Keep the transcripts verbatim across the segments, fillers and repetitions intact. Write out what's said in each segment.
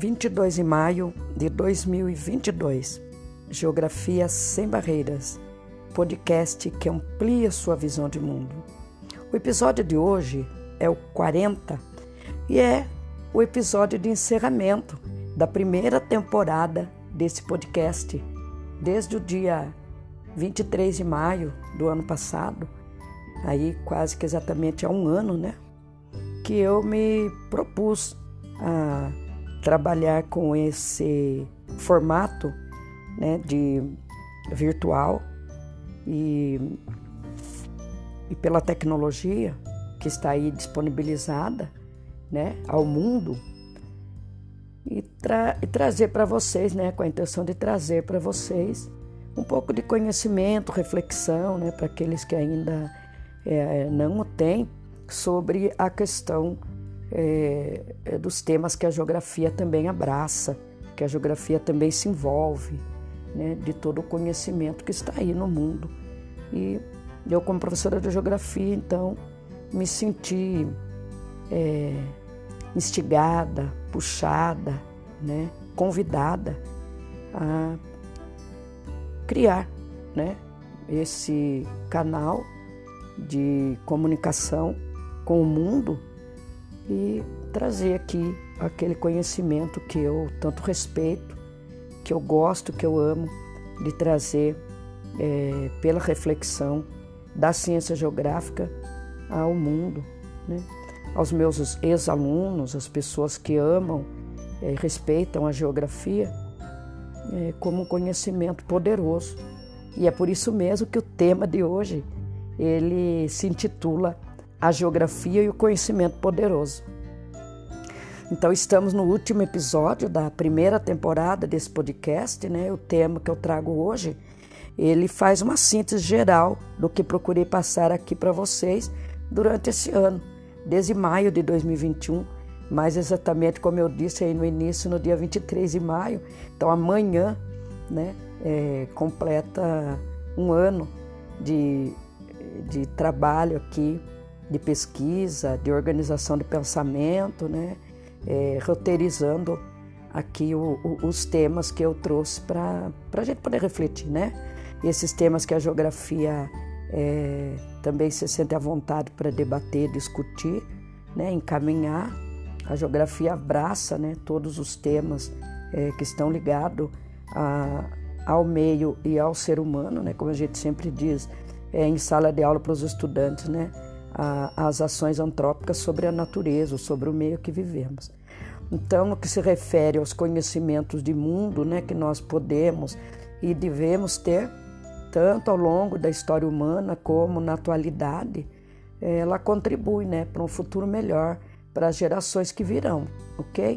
vinte e dois de maio de dois mil e vinte e dois, Geografia Sem Barreiras, podcast que amplia sua visão de mundo. O episódio de hoje é o quarenta e é o episódio de encerramento da primeira temporada desse podcast, desde o dia vinte e três de maio do ano passado, aí quase que exatamente há um ano, né, que eu me propus a trabalhar com esse formato, né, de virtual e, e pela tecnologia que está aí disponibilizada, né, ao mundo e, tra- e trazer para vocês, né, com a intenção de trazer para vocês um pouco de conhecimento, reflexão, né, para aqueles que ainda é, não o têm, sobre a questão é, é, dos temas que a geografia também abraça, que a geografia também se envolve, né, de todo o conhecimento que está aí no mundo. E eu, como professora de geografia, então, me senti é, instigada, puxada, né, convidada a criar, né, esse canal de comunicação com o mundo e trazer aqui aquele conhecimento que eu tanto respeito, que eu gosto, que eu amo de trazer é, pela reflexão da ciência geográfica ao mundo, né? Aos meus ex-alunos, as pessoas que amam e é, respeitam a geografia é, como um conhecimento poderoso. E é por isso mesmo que o tema de hoje ele se intitula A Geografia e o Conhecimento Poderoso. Então estamos no último episódio da primeira temporada desse podcast, né? O tema que eu trago hoje, ele faz uma síntese geral do que procurei passar aqui para vocês durante esse ano, desde maio de dois mil e vinte e um, mais exatamente como eu disse aí no início, no dia vinte e três de maio, então amanhã, né, é, completa um ano de, de trabalho aqui, de pesquisa, de organização de pensamento, né, é, roteirizando aqui o, o, os temas que eu trouxe para a gente poder refletir, né? Esses temas que a geografia é, também se sente à vontade para debater, discutir, né, encaminhar. A geografia abraça, né, todos os temas é, que estão ligados a, ao meio e ao ser humano, né, como a gente sempre diz é, em sala de aula para os estudantes, né, a, as ações antrópicas sobre a natureza, sobre o meio que vivemos. Então, no que se refere aos conhecimentos de mundo, né, que nós podemos e devemos ter, tanto ao longo da história humana como na atualidade, ela contribui, né, para um futuro melhor para as gerações que virão, ok?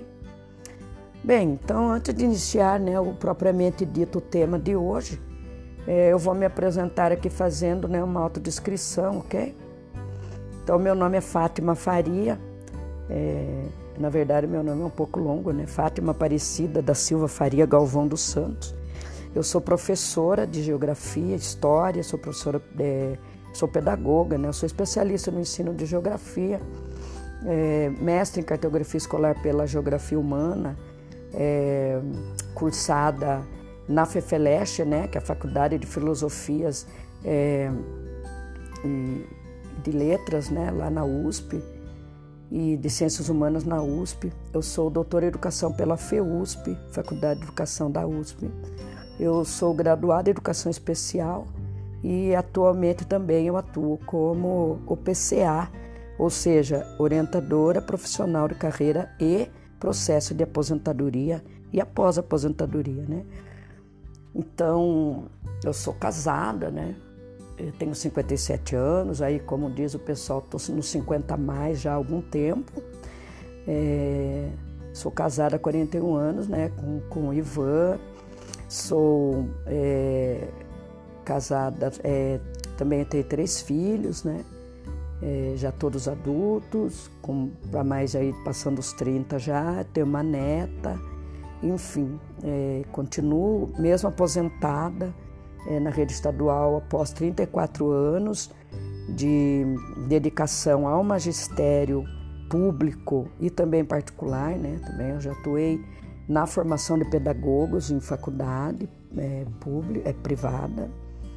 Bem, então antes de iniciar, né, o propriamente dito tema de hoje, é, eu vou me apresentar aqui fazendo, né, uma autodescrição, ok? Então meu nome é Fátima Faria, é, na verdade meu nome é um pouco longo, né? Fátima Aparecida da Silva Faria Galvão dos Santos. Eu sou professora de geografia, história, sou professora, é, sou pedagoga, né? Eu sou especialista no ensino de geografia, é, mestre em cartografia escolar pela Geografia Humana, é, cursada na FEFELESH, né? Que é a Faculdade de Filosofias é, e de Letras, né? Lá na U S P, e de Ciências Humanas na U S P. Eu sou doutora em Educação pela FEUSP, Faculdade de Educação da U S P. Eu sou graduada em Educação Especial e atualmente também eu atuo como O P C A, ou seja, orientadora profissional de carreira e processo de aposentadoria e após-aposentadoria, né? Então, eu sou casada, né? Eu tenho cinquenta e sete anos, aí como diz o pessoal, estou nos cinquenta a mais já há algum tempo. É, sou casada há quarenta e um anos, né, com, com o Ivan. Sou é, casada, é, também tenho três filhos, né, é, já todos adultos, para mais aí passando os trinta já, tenho uma neta, enfim, é, continuo mesmo aposentada, É, na rede estadual após trinta e quatro anos de dedicação ao magistério público e também particular, né? Também eu já atuei na formação de pedagogos em faculdade é, pública, é, privada,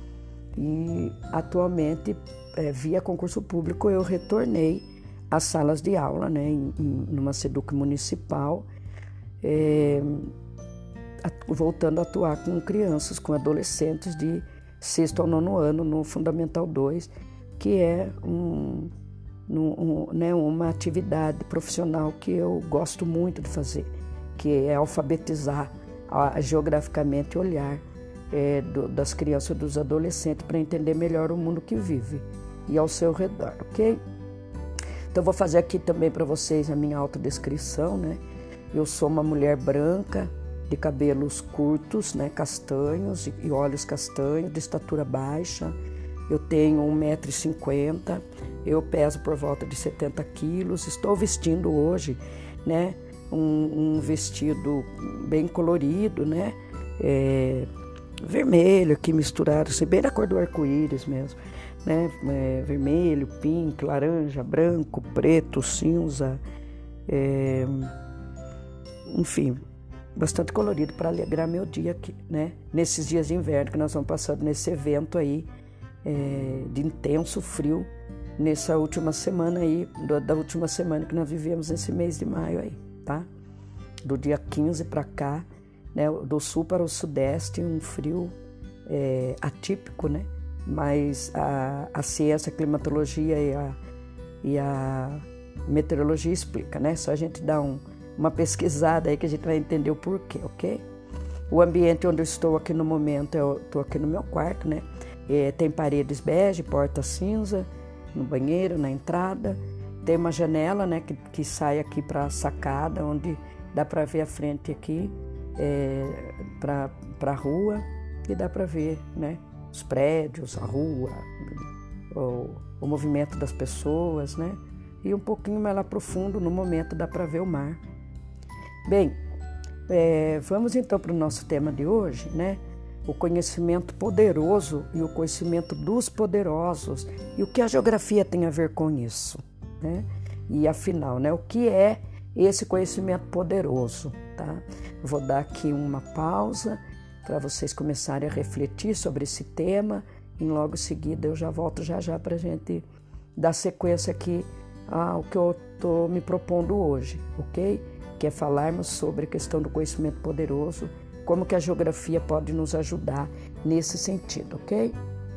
e atualmente, é, via concurso público, eu retornei às salas de aula, né, em, em numa SEDUC municipal, é, voltando a atuar com crianças, com adolescentes de sexto ao nono ano no Fundamental dois, que é um, um, né, uma atividade profissional que eu gosto muito de fazer, que é alfabetizar a, geograficamente olhar é, do, das crianças e dos adolescentes para entender melhor o mundo que vive e ao seu redor, ok? Então vou fazer aqui também para vocês a minha autodescrição, né? Eu sou uma mulher branca, de cabelos curtos, né, castanhos e olhos castanhos, de estatura baixa. Eu tenho um metro e cinquenta, eu peso por volta de setenta quilos. Estou vestindo hoje, né, um, um vestido bem colorido, né, é, vermelho aqui misturado, assim, bem da cor do arco-íris mesmo, né, é, vermelho, pink, laranja, branco, preto, cinza, é, enfim, bastante colorido para alegrar meu dia aqui, né? Nesses dias de inverno que nós vamos passando nesse evento aí é, de intenso frio, nessa última semana aí, da última semana que nós vivemos nesse mês de maio aí, tá? Do dia quinze para cá, né? Do sul para o sudeste, um frio é, atípico, né? Mas a, a ciência, a climatologia e a, e a meteorologia explica, né? Só a gente dá um uma pesquisada aí que a gente vai entender o porquê, ok? O ambiente onde eu estou aqui no momento, eu estou aqui no meu quarto, né? É, tem paredes bege, porta cinza, no banheiro, na entrada. Tem uma janela, né, que, que sai aqui para a sacada, onde dá para ver a frente aqui, é, para a rua, e dá para ver, né, os prédios, a rua, o, o movimento das pessoas, né? E um pouquinho mais lá profundo, no momento, dá para ver o mar. Bem, é, vamos então para o nosso tema de hoje, né? O conhecimento poderoso e o conhecimento dos poderosos e o que a geografia tem a ver com isso, né? E afinal, né? O que é esse conhecimento poderoso, tá? Vou dar aqui uma pausa para vocês começarem a refletir sobre esse tema e logo em seguida eu já volto já já para a gente dar sequência aqui ao que eu estou me propondo hoje, ok? Que é falarmos sobre a questão do conhecimento poderoso, como que a geografia pode nos ajudar nesse sentido, ok?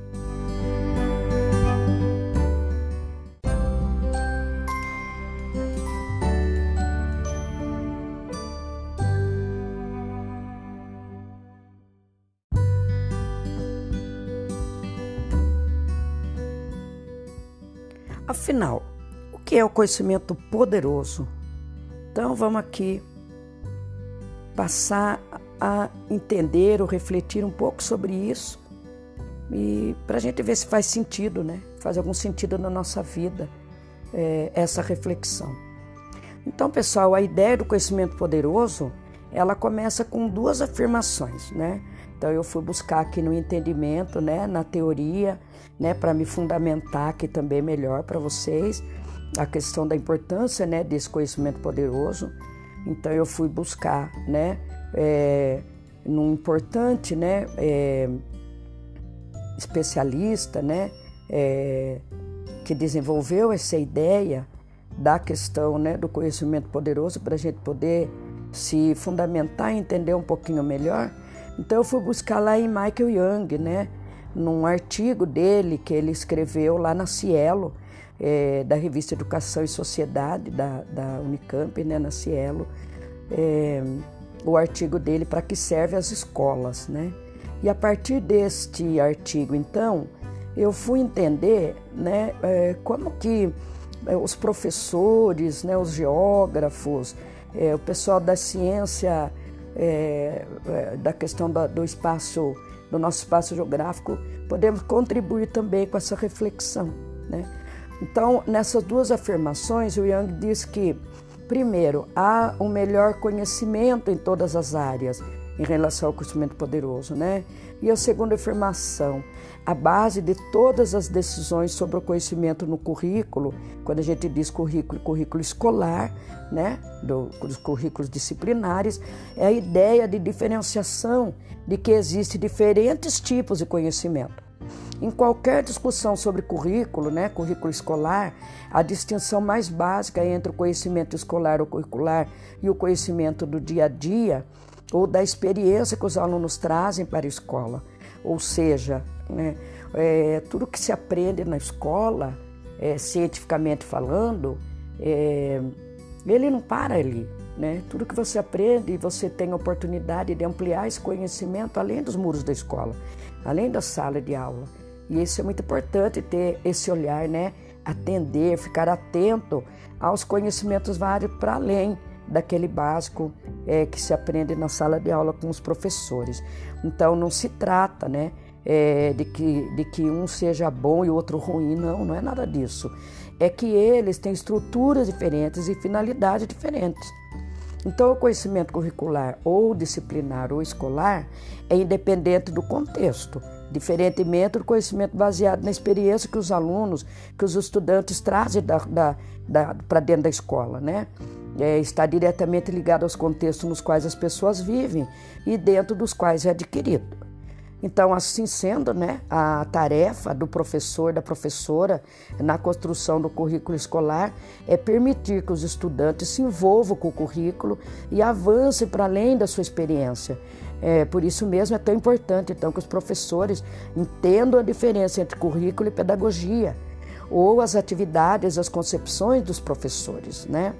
Afinal, o que é o conhecimento poderoso? Então vamos aqui passar a entender ou refletir um pouco sobre isso e para a gente ver se faz sentido, né? Faz algum sentido na nossa vida é, essa reflexão. Então, pessoal, a ideia do conhecimento poderoso, ela começa com duas afirmações, né? Então eu fui buscar aqui no entendimento, né, na teoria, né, para me fundamentar aqui também melhor para vocês a questão da importância, né, desse conhecimento poderoso. Então eu fui buscar, né, é, num importante, né, é, especialista, né, é, que desenvolveu essa ideia da questão, né, do conhecimento poderoso para a gente poder se fundamentar e entender um pouquinho melhor. Então eu fui buscar lá em Michael Young, né, num artigo dele que ele escreveu lá na Cielo, é, da revista Educação e Sociedade da, da Unicamp, né, na Cielo, é, o artigo dele Para que serve as escolas, né? E a partir deste artigo, então, eu fui entender, né, é, como que é, os professores, né, os geógrafos, é, o pessoal da ciência, é, é, da questão da, do espaço, do nosso espaço geográfico, podemos contribuir também com essa reflexão, né? Então, nessas duas afirmações, o Young diz que, primeiro, há um melhor conhecimento em todas as áreas, em relação ao conhecimento poderoso, né? E a segunda afirmação, a base de todas as decisões sobre o conhecimento no currículo, quando a gente diz currículo, currículo escolar, né? Do, dos currículos disciplinares, é a ideia de diferenciação de que existem diferentes tipos de conhecimento. Em qualquer discussão sobre currículo, né, currículo escolar, a distinção mais básica entre o conhecimento escolar ou curricular e o conhecimento do dia a dia ou da experiência que os alunos trazem para a escola. Ou seja, né, é, tudo que se aprende na escola, é, cientificamente falando, é, ele não para ali. Né? Tudo que você aprende, você tem a oportunidade de ampliar esse conhecimento além dos muros da escola, além da sala de aula. E isso é muito importante, ter esse olhar, né? Atender, ficar atento aos conhecimentos vários para além daquele básico é, que se aprende na sala de aula com os professores. Então não se trata, né, é, de, que, de que um seja bom e o outro ruim, não, não é nada disso. É que eles têm estruturas diferentes e finalidades diferentes. Então o conhecimento curricular ou disciplinar ou escolar é independente do contexto, diferentemente do conhecimento baseado na experiência que os alunos, que os estudantes trazem da, da, da, para dentro da escola, né? É, está diretamente ligado aos contextos nos quais as pessoas vivem e dentro dos quais é adquirido. Então, assim sendo, né, a tarefa do professor, da professora, na construção do currículo escolar é permitir que os estudantes se envolvam com o currículo e avancem para além da sua experiência. É, por isso mesmo é tão importante, então, que os professores entendam a diferença entre currículo e pedagogia, ou as atividades, as concepções dos professores, né?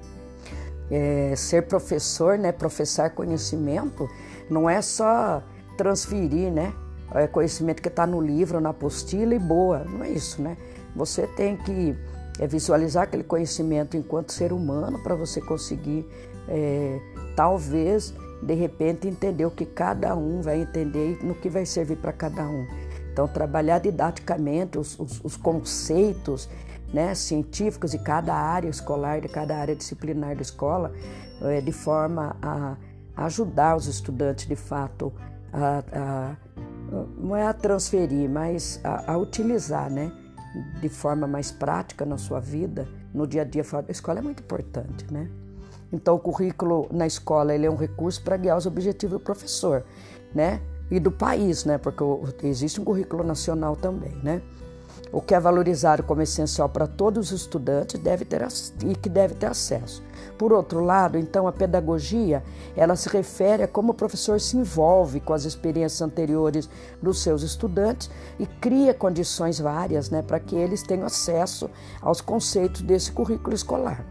É, ser professor, né, professar conhecimento, não é só transferir, né, conhecimento que está no livro, na apostila e boa, não é isso, né? Você tem que é, visualizar aquele conhecimento enquanto ser humano para você conseguir, é, talvez, de repente, entender o que cada um vai entender e no que vai servir para cada um. Então, trabalhar didaticamente os, os, os conceitos, né, científicos de cada área escolar, de cada área disciplinar da escola, é, de forma a ajudar os estudantes, de fato, A, a, não é a transferir, mas a, a utilizar, né, de forma mais prática na sua vida, no dia a dia fora da escola, é muito importante, né? Então, o currículo na escola ele é um recurso para guiar os objetivos do professor, né, e do país, né, porque existe um currículo nacional também, né? O que é valorizado como essencial para todos os estudantes deve ter, e que deve ter acesso. Por outro lado, então, a pedagogia, ela se refere a como o professor se envolve com as experiências anteriores dos seus estudantes e cria condições várias, né, para que eles tenham acesso aos conceitos desse currículo escolar.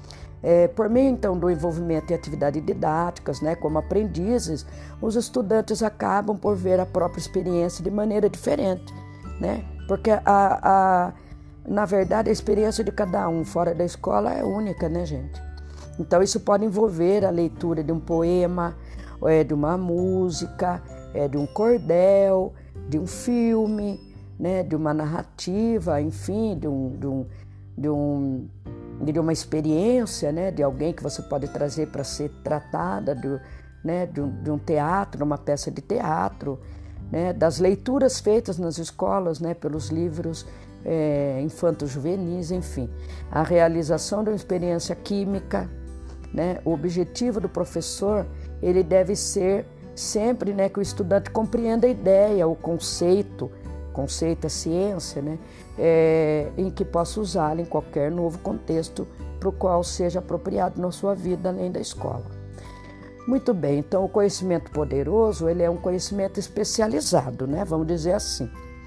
É, por meio, então, do envolvimento em atividades didáticas, né, como aprendizes, os estudantes acabam por ver a própria experiência de maneira diferente, né? Porque, a, a, na verdade, a experiência de cada um fora da escola é única, né, gente? Então, isso pode envolver a leitura de um poema, é, de uma música, é, de um cordel, de um filme, né, de uma narrativa, enfim, de, um, de, um, de, um, de uma experiência, né, de alguém que você pode trazer para ser tratada, de, né, de, um, de um teatro, uma peça de teatro, né, das leituras feitas nas escolas, né, pelos livros é, infanto-juvenis, enfim. A realização de uma experiência química, né, o objetivo do professor, ele deve ser sempre, né, que o estudante compreenda a ideia, o conceito, conceito é ciência, né, é, em que possa usá-lo em qualquer novo contexto para o qual seja apropriado na sua vida além da escola. Muito bem, então o conhecimento poderoso, ele é um conhecimento especializado, né? Vamos dizer assim.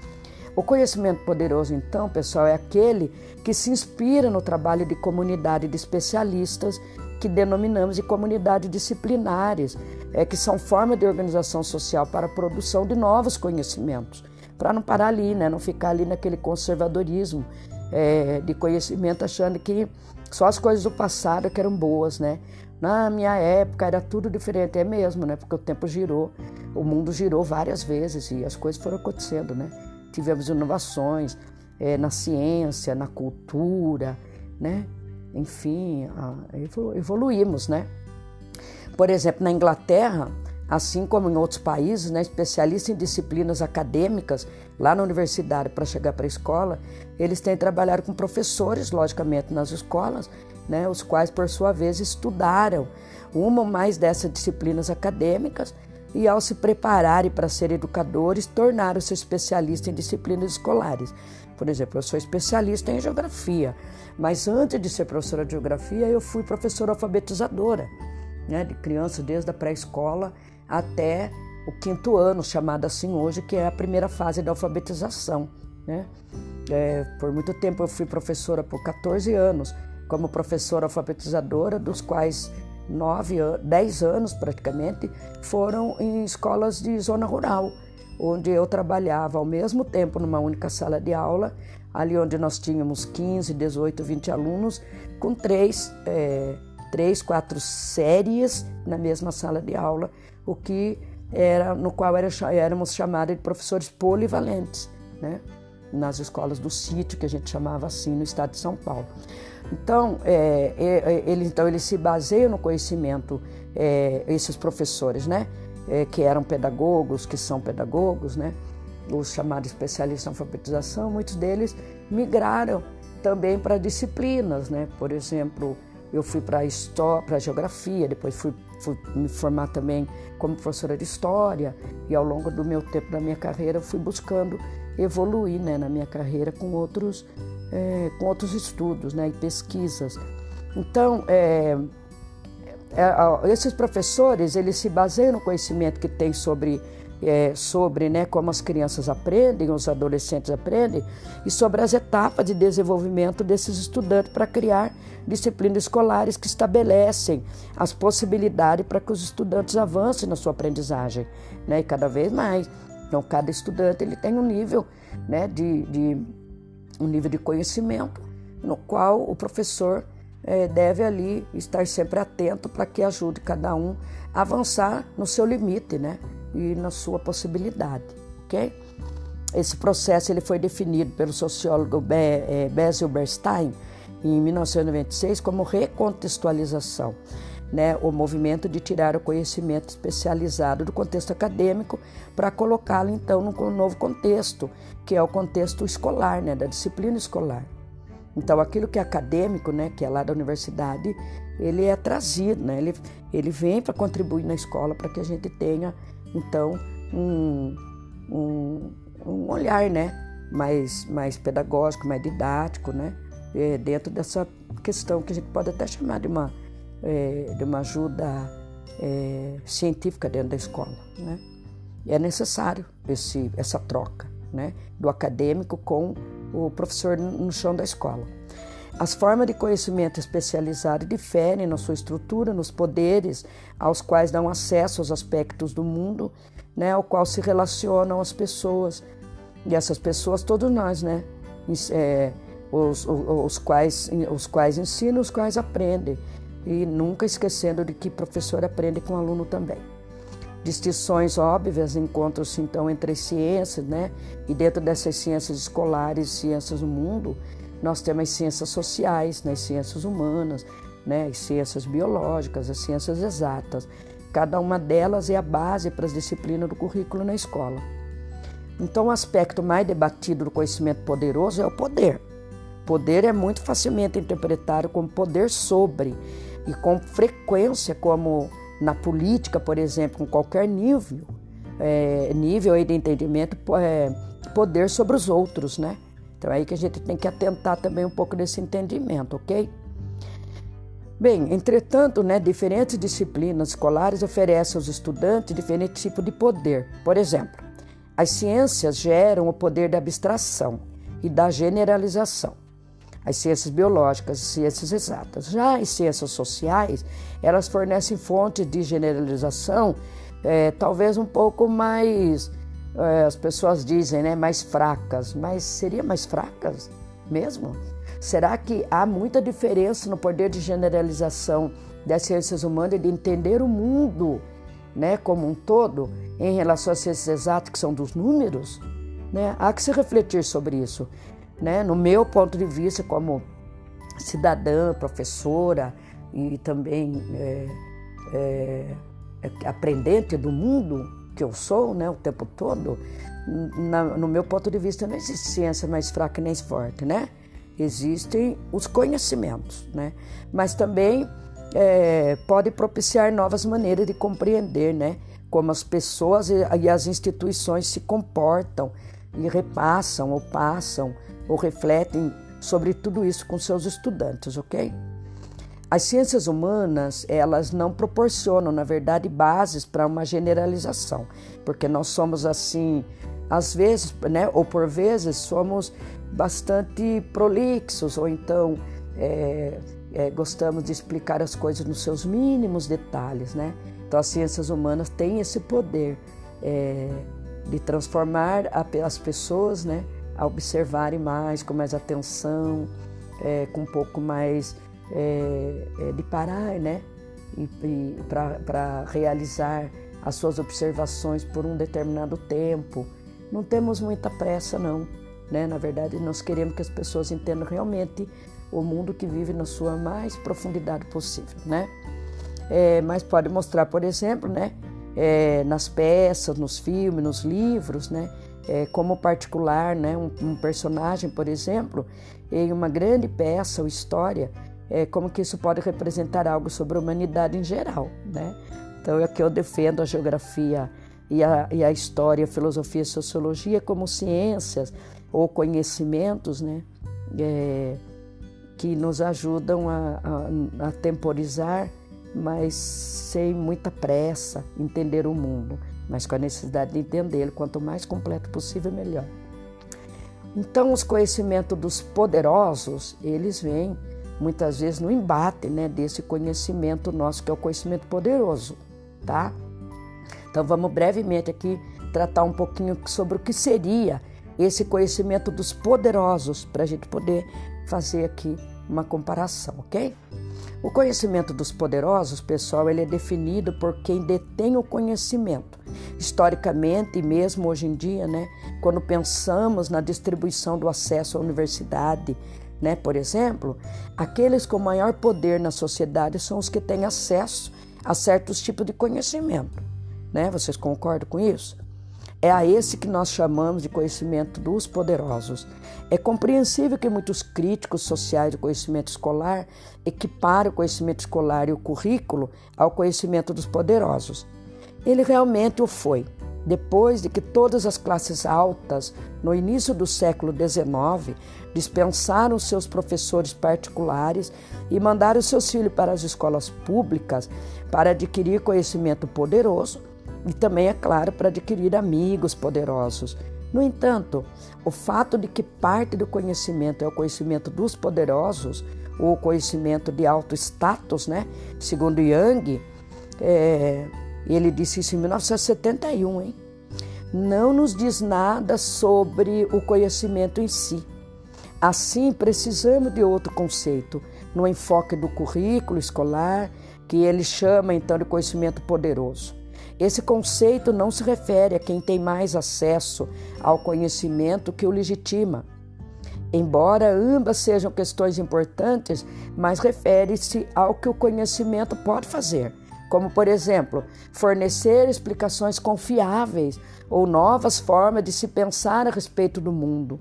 O conhecimento poderoso, então, pessoal, é aquele que se inspira no trabalho de comunidade de especialistas que denominamos de comunidades disciplinares, é, que são formas de organização social para a produção de novos conhecimentos, para não parar ali, né? Não ficar ali naquele conservadorismo é, de conhecimento, achando que só as coisas do passado que eram boas, né? Na minha época era tudo diferente, é mesmo, né? Porque o tempo girou, o mundo girou várias vezes e as coisas foram acontecendo, né? Tivemos inovações é, na ciência, na cultura, né? Enfim, evolu- evoluímos, né? Por exemplo, na Inglaterra, assim como em outros países, né, especialistas em disciplinas acadêmicas, lá na universidade para chegar para a escola, eles têm trabalhado com professores, logicamente, nas escolas, né, os quais, por sua vez, estudaram uma ou mais dessas disciplinas acadêmicas e, ao se prepararem para ser educadores, tornaram-se especialistas em disciplinas escolares. Por exemplo, eu sou especialista em geografia, mas antes de ser professora de geografia, eu fui professora alfabetizadora, né, de crianças desde a pré-escola até o quinto ano, chamado assim hoje, que é a primeira fase da alfabetização, né? É, por muito tempo eu fui professora por quatorze anos, como professora alfabetizadora, dos quais nove, dez anos praticamente foram em escolas de zona rural, onde eu trabalhava ao mesmo tempo numa única sala de aula, ali onde nós tínhamos quinze, dezoito, vinte alunos, com três, é, três, quatro séries na mesma sala de aula, o que era, no qual era, éramos chamados de professores polivalentes, né? Nas escolas do sítio, que a gente chamava assim, no estado de São Paulo. Então, é, é, ele, então eles se baseiam no conhecimento, é, esses professores, né? É, que eram pedagogos, que são pedagogos, né? Os chamados especialistas em alfabetização, muitos deles migraram também para disciplinas, né? Por exemplo, eu fui para história, para geografia, depois fui, fui me formar também como professora de história, e ao longo do meu tempo da minha carreira fui buscando evoluir, né, na minha carreira com outros, é, com outros estudos, né, e pesquisas. Então, é, é, esses professores, eles se baseiam no conhecimento que tem sobre É, sobre né, como as crianças aprendem, os adolescentes aprendem, e sobre as etapas de desenvolvimento desses estudantes para criar disciplinas escolares que estabelecem as possibilidades para que os estudantes avancem na sua aprendizagem, né, e cada vez mais. Então, cada estudante ele tem um nível, né, de, de, um nível de conhecimento no qual o professor é, deve ali estar sempre atento para que ajude cada um a avançar no seu limite, né, e na sua possibilidade, ok? Esse processo ele foi definido pelo sociólogo Be- Basil Bernstein em mil novecentos e noventa e seis como recontextualização, né? O movimento de tirar o conhecimento especializado do contexto acadêmico para colocá-lo então num novo contexto, que é o contexto escolar, né? Da disciplina escolar. Então, aquilo que é acadêmico, né, que é lá da universidade, ele é trazido, né? Ele, ele vem para contribuir na escola para que a gente tenha então, um, um, um olhar, né, mais, mais pedagógico, mais didático, né, é, dentro dessa questão que a gente pode até chamar de uma, é, de uma ajuda é, científica dentro da escola, né. E é necessário esse, essa troca, né, do acadêmico com o professor no chão da escola. As formas de conhecimento especializado diferem na sua estrutura, nos poderes aos quais dão acesso aos aspectos do mundo, né, ao qual se relacionam as pessoas. E essas pessoas, todos nós, né, é, os, os, os, quais, os quais ensinam, os quais aprendem. E nunca esquecendo de que professor aprende com aluno também. Distinções óbvias encontram-se então entre as ciências, né, e dentro dessas ciências escolares, ciências do mundo, nós temos as ciências sociais, né, as ciências humanas, né, as ciências biológicas, as ciências exatas. Cada uma delas é a base para as disciplinas do currículo na escola. Então, o aspecto mais debatido do conhecimento poderoso é o poder. Poder é muito facilmente interpretado como poder sobre, e com frequência, como na política, por exemplo, com qualquer nível, é, nível aí de entendimento, é, poder sobre os outros, né? Então é aí que a gente tem que atentar também um pouco desse entendimento, ok? Bem, entretanto, né, diferentes disciplinas escolares oferecem aos estudantes diferentes tipos de poder. Por exemplo, as ciências geram o poder da abstração e da generalização. As ciências biológicas e ciências exatas. Já as ciências sociais, elas fornecem fontes de generalização, é, talvez um pouco mais... as pessoas dizem, né, mais fracas, mas seria mais fracas mesmo? Será que há muita diferença no poder de generalização das ciências humanas e de entender o mundo, né, como um todo, em relação às ciências exatas, que são dos números? Né? Há que se refletir sobre isso. Né? No meu ponto de vista, como cidadã, professora e também é, é, aprendente do mundo que eu sou, né, o tempo todo, na, no meu ponto de vista não existe ciência mais fraca nem forte, né? Existem os conhecimentos, né? Mas também é, pode propiciar novas maneiras de compreender, né? Como as pessoas e, e as instituições se comportam e repassam ou passam ou refletem sobre tudo isso com seus estudantes, ok? As ciências humanas, elas não proporcionam, na verdade, bases para uma generalização, porque nós somos assim, às vezes, né, ou por vezes, somos bastante prolixos, ou então é, é, gostamos de explicar as coisas nos seus mínimos detalhes, né? Então, as ciências humanas têm esse poder é, de transformar as pessoas, né, a observarem mais, com mais atenção, é, com um pouco mais é, é, de parar, né, e, e para realizar as suas observações por um determinado tempo. Não temos muita pressa, não, né? Na verdade, nós queremos que as pessoas entendam realmente o mundo que vive na sua mais profundidade possível, né? É, mas pode mostrar, por exemplo, né, é, nas peças, nos filmes, nos livros, né, é, como particular, né, um, um personagem, por exemplo, em uma grande peça ou história, é, como que isso pode representar algo sobre a humanidade em geral, né? Então, é que eu defendo a geografia e a, e a história, a filosofia e a sociologia como ciências ou conhecimentos, né, é, que nos ajudam a, a, a temporizar, mas sem muita pressa, entender o mundo, mas com a necessidade de entendê-lo. Quanto mais completo possível, melhor. Então, os conhecimentos dos poderosos, eles vêm muitas vezes no embate, né, desse conhecimento nosso, que é o conhecimento poderoso, tá? Então, vamos brevemente aqui tratar um pouquinho sobre o que seria esse conhecimento dos poderosos, para a gente poder fazer aqui uma comparação, ok? O conhecimento dos poderosos, pessoal, ele é definido por quem detém o conhecimento. Historicamente e mesmo hoje em dia, né, quando pensamos na distribuição do acesso à universidade, né, por exemplo, aqueles com maior poder na sociedade são os que têm acesso a certos tipos de conhecimento, né? Vocês concordam com isso? É a esse que nós chamamos de conhecimento dos poderosos. É compreensível que muitos críticos sociais do conhecimento escolar equiparam o conhecimento escolar e o currículo ao conhecimento dos poderosos. Ele realmente o foi, depois de que todas as classes altas, no início do século dezenove, dispensaram seus professores particulares e mandaram seus filhos para as escolas públicas para adquirir conhecimento poderoso, e também, é claro, para adquirir amigos poderosos. No entanto, o fato de que parte do conhecimento é o conhecimento dos poderosos, ou o conhecimento de alto status, né? Segundo Young, é, ele disse isso em mil novecentos e setenta e um, hein? Não nos diz nada sobre o conhecimento em si. Assim, precisamos de outro conceito, no enfoque do currículo escolar, que ele chama então de conhecimento poderoso. Esse conceito não se refere a quem tem mais acesso ao conhecimento que o legitima. Embora ambas sejam questões importantes, mas refere-se ao que o conhecimento pode fazer, como, por exemplo, fornecer explicações confiáveis ou novas formas de se pensar a respeito do mundo.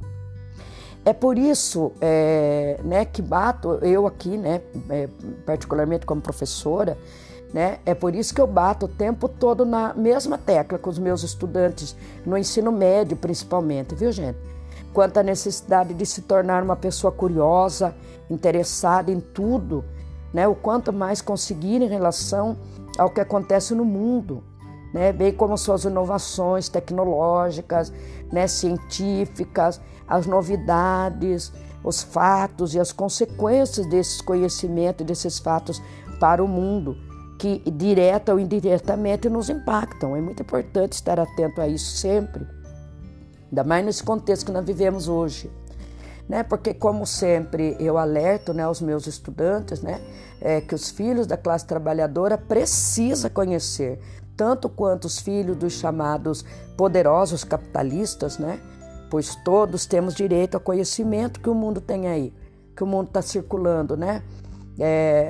É por isso é, né, que bato, eu aqui, né, é, particularmente como professora, né, é por isso que eu bato o tempo todo na mesma tecla com os meus estudantes, no ensino médio principalmente, viu, gente? Quanto à necessidade de se tornar uma pessoa curiosa, interessada em tudo, né, o quanto mais conseguir em relação ao que acontece no mundo, né, bem como suas inovações tecnológicas, né, científicas, as novidades, os fatos e as consequências desses conhecimentos, desses fatos para o mundo, que direta ou indiretamente nos impactam. É muito importante estar atento a isso sempre, ainda mais nesse contexto que nós vivemos hoje, né? Porque, como sempre, eu alerto, né, aos meus estudantes, né, é, que os filhos da classe trabalhadora precisam conhecer, tanto quanto os filhos dos chamados poderosos capitalistas, né? Pois todos temos direito ao conhecimento que o mundo tem aí, que o mundo está circulando, né? É,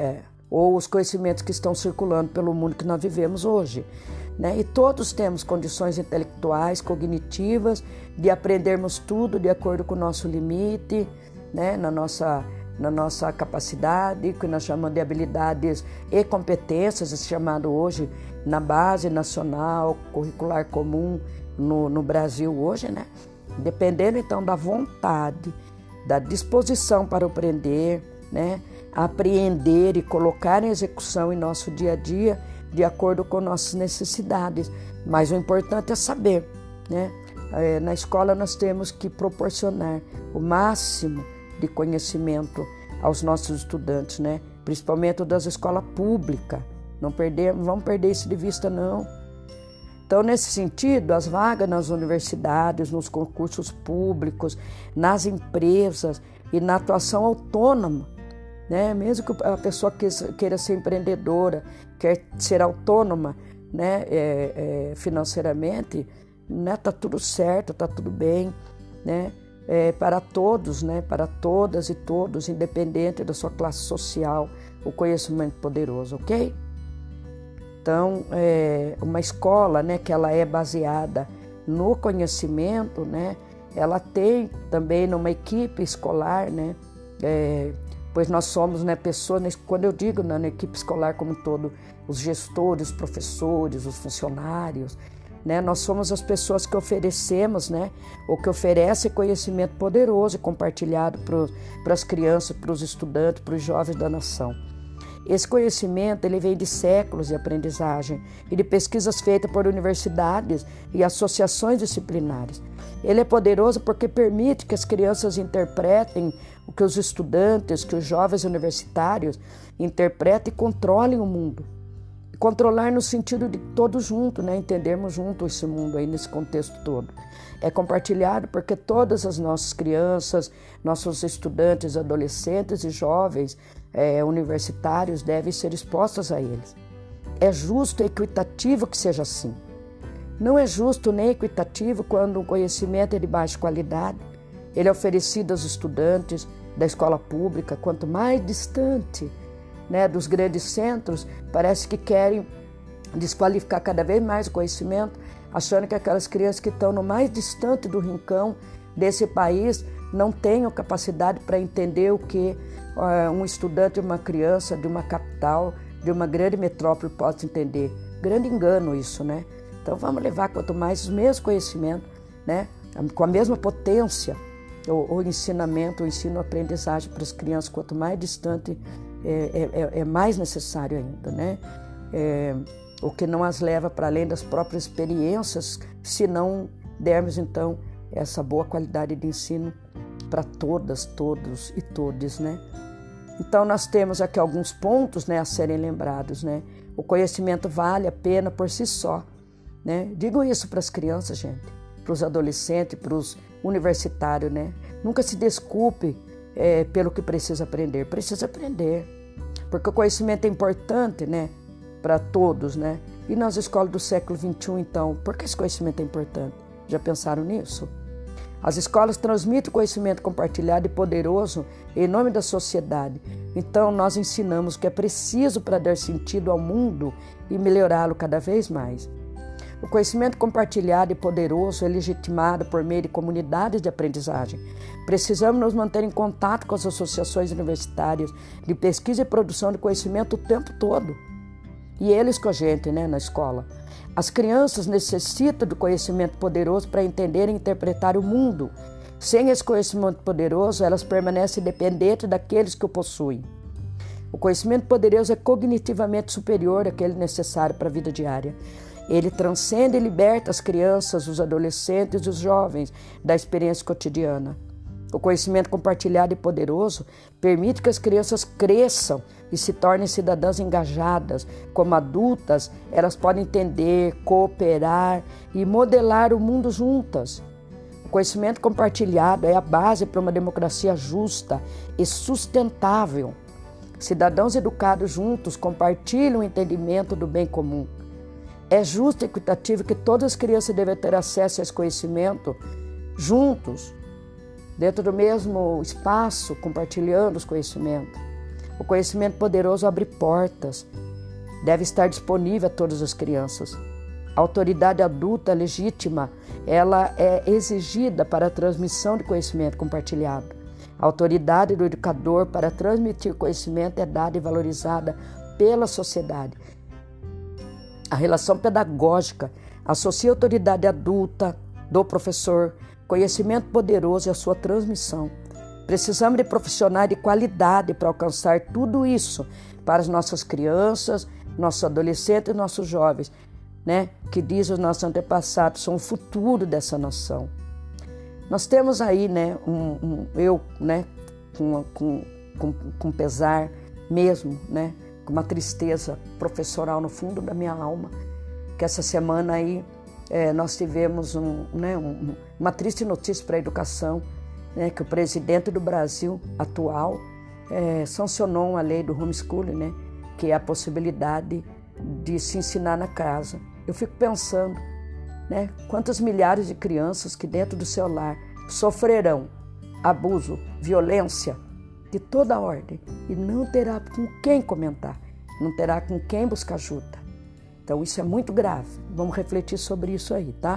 ou os conhecimentos que estão circulando pelo mundo que nós vivemos hoje, né? E todos temos condições intelectuais, cognitivas, de aprendermos tudo de acordo com o nosso limite, né? na, nossa, na nossa capacidade, que nós chamamos de habilidades e competências, é chamado hoje na base nacional, curricular comum no, no Brasil hoje, né? Dependendo então da vontade, da disposição para aprender, né? Apreender e colocar em execução em nosso dia a dia, de acordo com nossas necessidades. Mas o importante é saber, né? É, na escola nós temos que proporcionar o máximo de conhecimento aos nossos estudantes, né? Principalmente das escolas públicas. Não perder, não vamos perder isso de vista, não. Então, nesse sentido, as vagas nas universidades, nos concursos públicos, nas empresas e na atuação autônoma, né? Mesmo que a pessoa queira ser empreendedora, quer ser autônoma, né? é, é, financeiramente, né? Tá tudo certo, tá tudo bem, né? É, para todos, né? Para todas e todos, independente da sua classe social, o conhecimento poderoso, ok? Então, é, uma escola, né, que ela é baseada no conhecimento, né, ela tem também numa equipe escolar, né, é, pois nós somos, né, pessoas, quando eu digo né, na equipe escolar como um todo, os gestores, os professores, os funcionários, né, nós somos as pessoas que oferecemos, né, ou que oferecem conhecimento poderoso e compartilhado para as crianças, para os estudantes, para os jovens da nação. Esse conhecimento ele vem de séculos de aprendizagem e de pesquisas feitas por universidades e associações disciplinares. Ele é poderoso porque permite que as crianças interpretem o que os estudantes, que os jovens universitários interpretem e controlem o mundo. Controlar no sentido de todos juntos, né? Entendermos junto esse mundo aí nesse contexto todo. É compartilhado porque todas as nossas crianças, nossos estudantes, adolescentes e jovens é, universitários devem ser expostos a eles. É justo e equitativo que seja assim. Não é justo nem equitativo quando o conhecimento é de baixa qualidade. Ele é oferecido aos estudantes da escola pública, quanto mais distante, né, dos grandes centros, parece que querem desqualificar cada vez mais o conhecimento, achando que aquelas crianças que estão no mais distante do rincão desse país não tenham capacidade para entender o que uh, um estudante, uma criança de uma capital, de uma grande metrópole pode entender. Grande engano isso, né? Então vamos levar quanto mais o mesmo conhecimento, né, com a mesma potência, o, o ensinamento, o ensino-aprendizagem para as crianças, quanto mais distante É, é, é mais necessário ainda, né? É, o que não as leva para além das próprias experiências, se não dermos, então, essa boa qualidade de ensino para todas, todos e todes, né? Então, nós temos aqui alguns pontos, né, a serem lembrados, né? O conhecimento vale a pena por si só, né? Digo isso para as crianças, gente, para os adolescentes, para os universitários, né? Nunca se desculpe É, pelo que precisa aprender, precisa aprender, porque o conhecimento é importante, né, para todos, né? E nas escolas do século vinte e um, então, por que esse conhecimento é importante? Já pensaram nisso? As escolas transmitem conhecimento compartilhado e poderoso em nome da sociedade. Então, nós ensinamos o que é preciso para dar sentido ao mundo e melhorá-lo cada vez mais. O conhecimento compartilhado e poderoso é legitimado por meio de comunidades de aprendizagem. Precisamos nos manter em contato com as associações universitárias de pesquisa e produção de conhecimento o tempo todo. E eles com a gente, né, na escola. As crianças necessitam do conhecimento poderoso para entender e interpretar o mundo. Sem esse conhecimento poderoso, elas permanecem dependentes daqueles que o possuem. O conhecimento poderoso é cognitivamente superior àquele necessário para a vida diária. Ele transcende e liberta as crianças, os adolescentes e os jovens da experiência cotidiana. O conhecimento compartilhado e poderoso permite que as crianças cresçam e se tornem cidadãs engajadas. Como adultas, elas podem entender, cooperar e modelar o mundo juntas. O conhecimento compartilhado é a base para uma democracia justa e sustentável. Cidadãos educados juntos compartilham o entendimento do bem comum. É justo e equitativo que todas as crianças devem ter acesso a esse conhecimento juntos, dentro do mesmo espaço, compartilhando os conhecimentos. O conhecimento poderoso abre portas, deve estar disponível a todas as crianças. A autoridade adulta legítima, ela é exigida para a transmissão de conhecimento compartilhado. A autoridade do educador para transmitir conhecimento é dada e valorizada pela sociedade. A relação pedagógica associa a autoridade adulta do professor, conhecimento poderoso e a sua transmissão. Precisamos de profissionais de qualidade para alcançar tudo isso para as nossas crianças, nossos adolescentes e nossos jovens, né? Que diz os nossos antepassados, são o futuro dessa nação. Nós temos aí, né, um, um, eu, né, com, com, com, com pesar mesmo, né, com uma tristeza professoral no fundo da minha alma, que essa semana aí é, nós tivemos um, né, um, uma triste notícia para a educação, né, que o presidente do Brasil atual é, sancionou uma lei do homeschooling, né, que é a possibilidade de se ensinar na casa. Eu fico pensando, né, quantas milhares de crianças que dentro do seu lar sofrerão abuso, violência de toda ordem e não terá com quem comentar, não terá com quem buscar ajuda. Então isso é muito grave. Vamos refletir sobre isso aí, tá?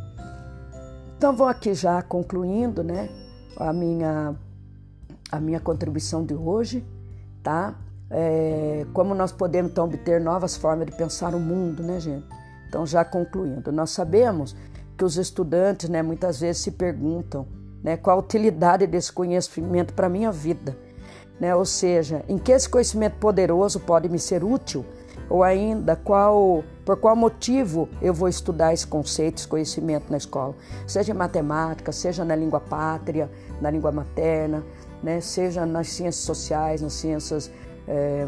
Então vou aqui já concluindo, né, a minha, a minha contribuição de hoje, tá? É, como nós podemos então obter novas formas de pensar o mundo, né, gente? Então, já concluindo, nós sabemos que os estudantes, né, muitas vezes se perguntam, né, qual a utilidade desse conhecimento para a minha vida, né? Ou seja, em que esse conhecimento poderoso pode me ser útil, ou ainda qual, por qual motivo eu vou estudar esse conceito, esse conhecimento na escola, seja em matemática, seja na língua pátria, na língua materna, né, seja nas ciências sociais, nas ciências é,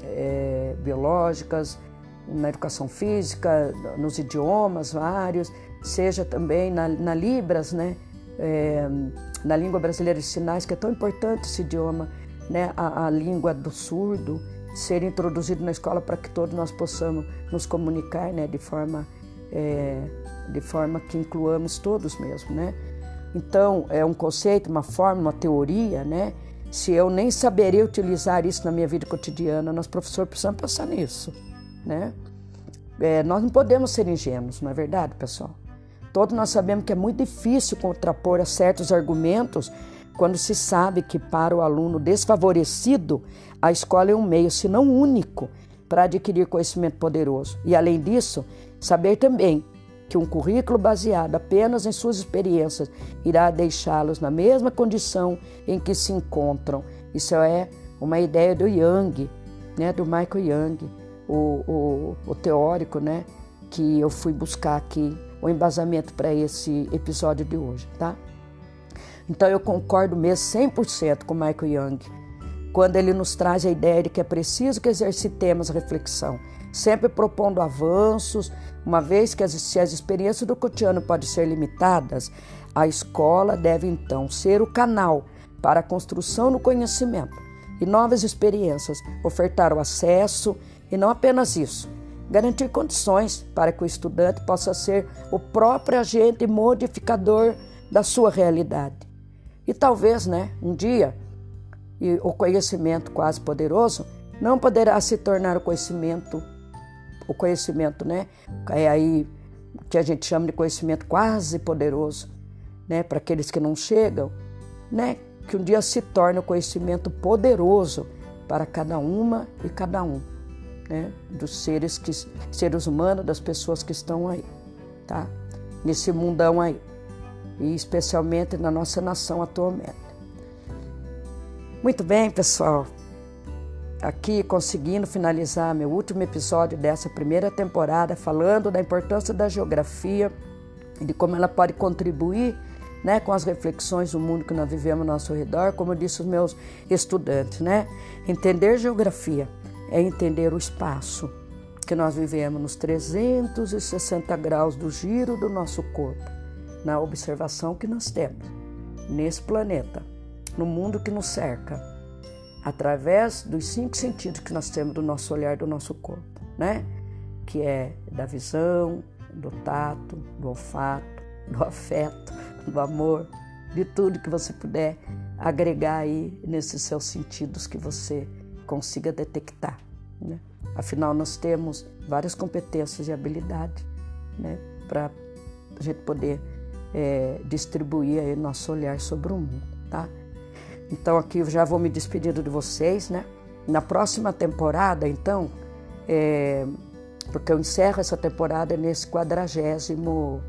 é, biológicas, na educação física, nos idiomas vários, seja também na, na Libras, né? É, na língua brasileira de sinais, que é tão importante esse idioma, né? a, a língua do surdo, ser introduzido na escola para que todos nós possamos nos comunicar, né? de, forma, é, de forma que incluamos todos mesmo. Né? Então, é um conceito, uma forma, uma teoria, né? Se eu nem saberia utilizar isso na minha vida cotidiana, nós, professores, precisamos pensar nisso. Né? É, nós não podemos ser ingênuos, não é verdade, pessoal? Todos nós sabemos que é muito difícil contrapor a certos argumentos quando se sabe que para o aluno desfavorecido a escola é um meio, se não único, para adquirir conhecimento poderoso. E além disso, saber também que um currículo baseado apenas em suas experiências irá deixá-los na mesma condição em que se encontram. Isso é uma ideia do Jung, né, do Michael Jung. O, o, o teórico, né, que eu fui buscar aqui o embasamento para esse episódio de hoje, tá? Então eu concordo mesmo cem por cento com Michael Jung, quando ele nos traz a ideia de que é preciso que exercitemos a reflexão, sempre propondo avanços, uma vez que as, se as experiências do cotidiano podem ser limitadas, a escola deve então ser o canal para a construção do conhecimento e novas experiências, ofertar o acesso. E não apenas isso, garantir condições para que o estudante possa ser o próprio agente modificador da sua realidade. E talvez, né, um dia, o conhecimento quase poderoso não poderá se tornar o conhecimento, o conhecimento, né, é aí que a gente chama de conhecimento quase poderoso, né, para aqueles que não chegam, né, que um dia se torne o conhecimento poderoso para cada uma e cada um. Né, dos seres, que, seres humanos, das pessoas que estão aí, tá? Nesse mundão aí, e especialmente na nossa nação atualmente. Muito bem, pessoal, aqui conseguindo finalizar meu último episódio dessa primeira temporada, falando da importância da geografia e de como ela pode contribuir, né, com as reflexões do mundo que nós vivemos ao nosso redor, como eu disse aos meus estudantes, né? Entender geografia é entender o espaço que nós vivemos nos trezentos e sessenta graus do giro do nosso corpo, na observação que nós temos nesse planeta, no mundo que nos cerca, através dos cinco sentidos que nós temos do nosso olhar, do nosso corpo, né? Que é da visão, do tato, do olfato, do afeto, do amor, de tudo que você puder agregar aí nesses seus sentidos que você consiga detectar, né? Afinal, nós temos várias competências e habilidades, né, para a gente poder é, distribuir aí nosso olhar sobre o mundo, tá? Então aqui eu já vou me despedindo de vocês, né? Na próxima temporada, então, é, porque eu encerro essa temporada nesse quadragésimo,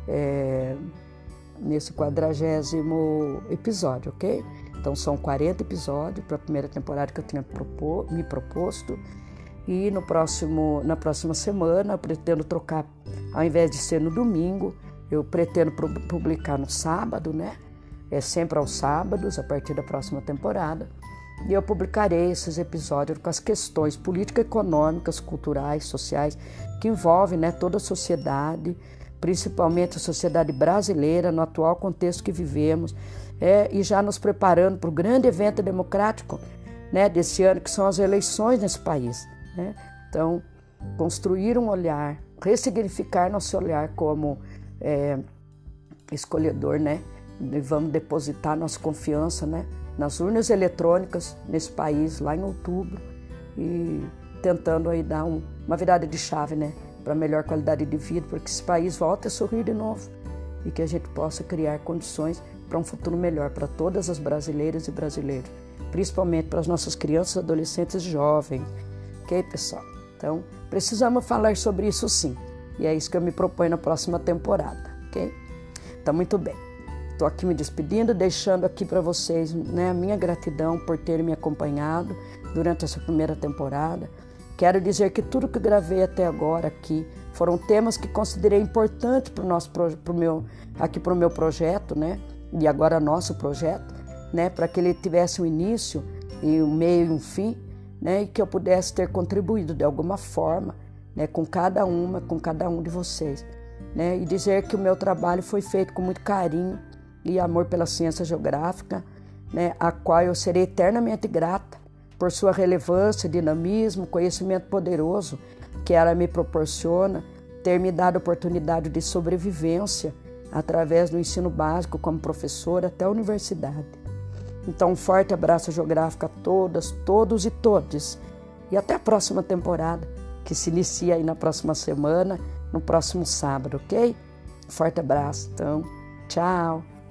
é, nesse quadragésimo episódio, ok? Então são quarenta episódios para a primeira temporada que eu tinha propor, me proposto. E no próximo, na próxima semana eu pretendo trocar, ao invés de ser no domingo, eu pretendo publicar no sábado, né? É sempre aos sábados, a partir da próxima temporada. E eu publicarei esses episódios com as questões político-econômicas, culturais, sociais, que envolvem, né, toda a sociedade, principalmente a sociedade brasileira, no atual contexto que vivemos, é, e já nos preparando para o grande evento democrático, né, desse ano, que são as eleições nesse país, né? Então, construir um olhar, ressignificar nosso olhar como é, escolhedor, né? E vamos depositar nossa confiança, né, nas urnas eletrônicas nesse país, lá em outubro, e tentando aí dar um, uma virada de chave, né, para melhor qualidade de vida, para que esse país volte a sorrir de novo e que a gente possa criar condições para um futuro melhor para todas as brasileiras e brasileiros, principalmente para as nossas crianças, adolescentes e jovens. Ok, pessoal? Então, precisamos falar sobre isso sim, e é isso que eu me proponho na próxima temporada, ok? Então, muito bem. Estou aqui me despedindo, deixando aqui para vocês, né, a minha gratidão por terem me acompanhado durante essa primeira temporada. Quero dizer que tudo que gravei até agora aqui foram temas que considerei importantes para o nosso pro meu aqui para o meu projeto, né? E agora nosso projeto, né? Para que ele tivesse um início e um meio e um fim, né? E que eu pudesse ter contribuído de alguma forma, né? Com cada uma, com cada um de vocês, né? E dizer que o meu trabalho foi feito com muito carinho e amor pela ciência geográfica, né? A qual eu serei eternamente grata por sua relevância, dinamismo, conhecimento poderoso que ela me proporciona, ter me dado a oportunidade de sobrevivência através do ensino básico como professora até a universidade. Então, um forte abraço geográfico a todas, todos e todes. E até a próxima temporada, que se inicia aí na próxima semana, no próximo sábado, ok? Forte abraço, então, tchau!